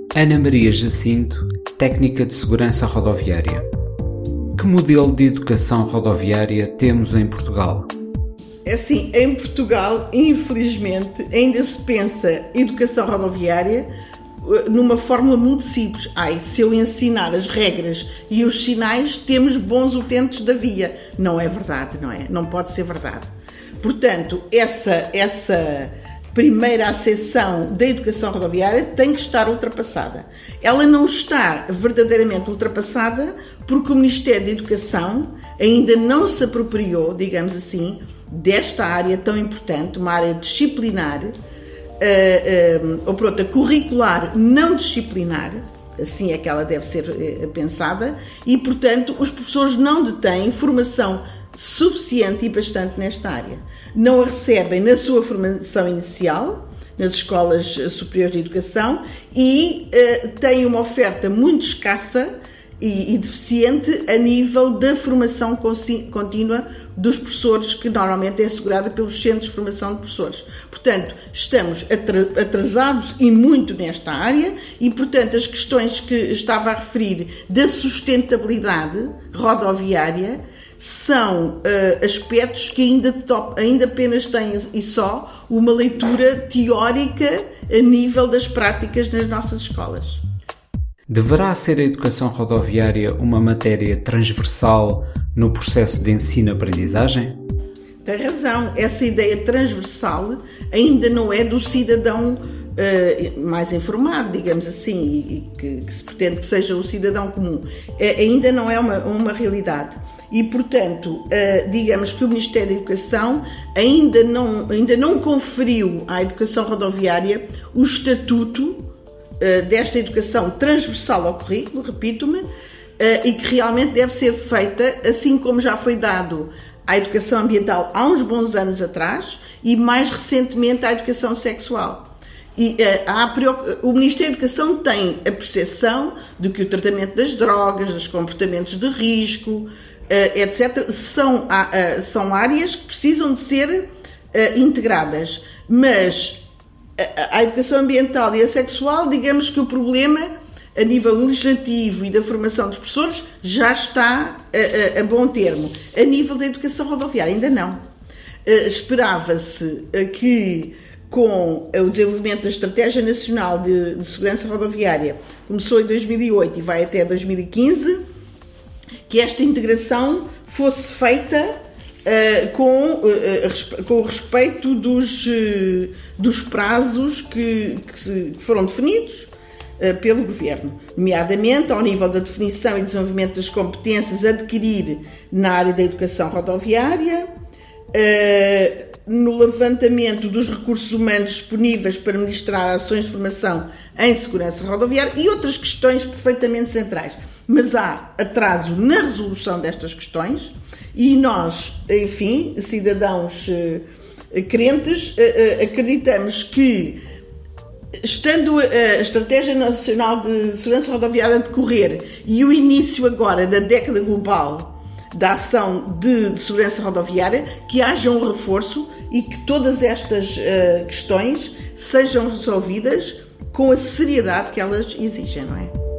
Ana Maria Jacinto, técnica de segurança rodoviária. Que modelo de educação rodoviária temos em Portugal? É assim, em Portugal, infelizmente, ainda se pensa educação rodoviária numa fórmula muito simples. Se eu ensinar as regras e os sinais, temos bons utentes da via. Não é verdade, não é? Não pode ser verdade. Portanto, essa primeira acessão da educação rodoviária tem que estar ultrapassada. Ela não está verdadeiramente ultrapassada porque o Ministério da Educação ainda não se apropriou, digamos assim, desta área tão importante, uma área disciplinar, curricular não disciplinar, assim é que ela deve ser pensada, e, portanto, os professores não detêm formação suficiente e bastante nesta área. Não a recebem na sua formação inicial, nas escolas superiores de educação, e têm uma oferta muito escassa e deficiente a nível da formação contínua dos professores, que normalmente é assegurada pelos centros de formação de professores. Portanto, estamos atrasados e muito nesta área e, portanto, as questões que estava a referir da sustentabilidade rodoviária são aspectos que ainda apenas têm e só uma leitura teórica a nível das práticas nas nossas escolas. Deverá ser a educação rodoviária uma matéria transversal no processo de ensino-aprendizagem? Tem razão, essa ideia transversal ainda não é do cidadão mais informado, digamos assim, e que se pretende que seja o cidadão comum. Ainda não é uma realidade. E, portanto, digamos que o Ministério da Educação ainda não conferiu à educação rodoviária o estatuto desta educação transversal ao currículo, repito-me, e que realmente deve ser feita, assim como já foi dado à educação ambiental há uns bons anos atrás e mais recentemente à educação sexual. E o Ministério da Educação tem a percepção de que o tratamento das drogas, dos comportamentos de risco, etc., são áreas que precisam de ser integradas, mas a educação ambiental e a sexual, digamos que o problema a nível legislativo e da formação dos professores já está a bom termo. A nível da educação rodoviária ainda não. Esperava-se que com o desenvolvimento da Estratégia Nacional de Segurança Rodoviária, começou em 2008 e vai até 2015, que esta integração fosse feita com o respeito dos prazos que foram definidos pelo Governo, nomeadamente ao nível da definição e desenvolvimento das competências a adquirir na área da educação rodoviária, no levantamento dos recursos humanos disponíveis para ministrar ações de formação em segurança rodoviária e outras questões perfeitamente centrais. Mas há atraso na resolução destas questões e nós, enfim, cidadãos crentes, acreditamos que, estando a Estratégia Nacional de Segurança Rodoviária a decorrer e o início agora da década global da ação de segurança rodoviária, que haja um reforço e que todas estas questões sejam resolvidas com a seriedade que elas exigem, não é?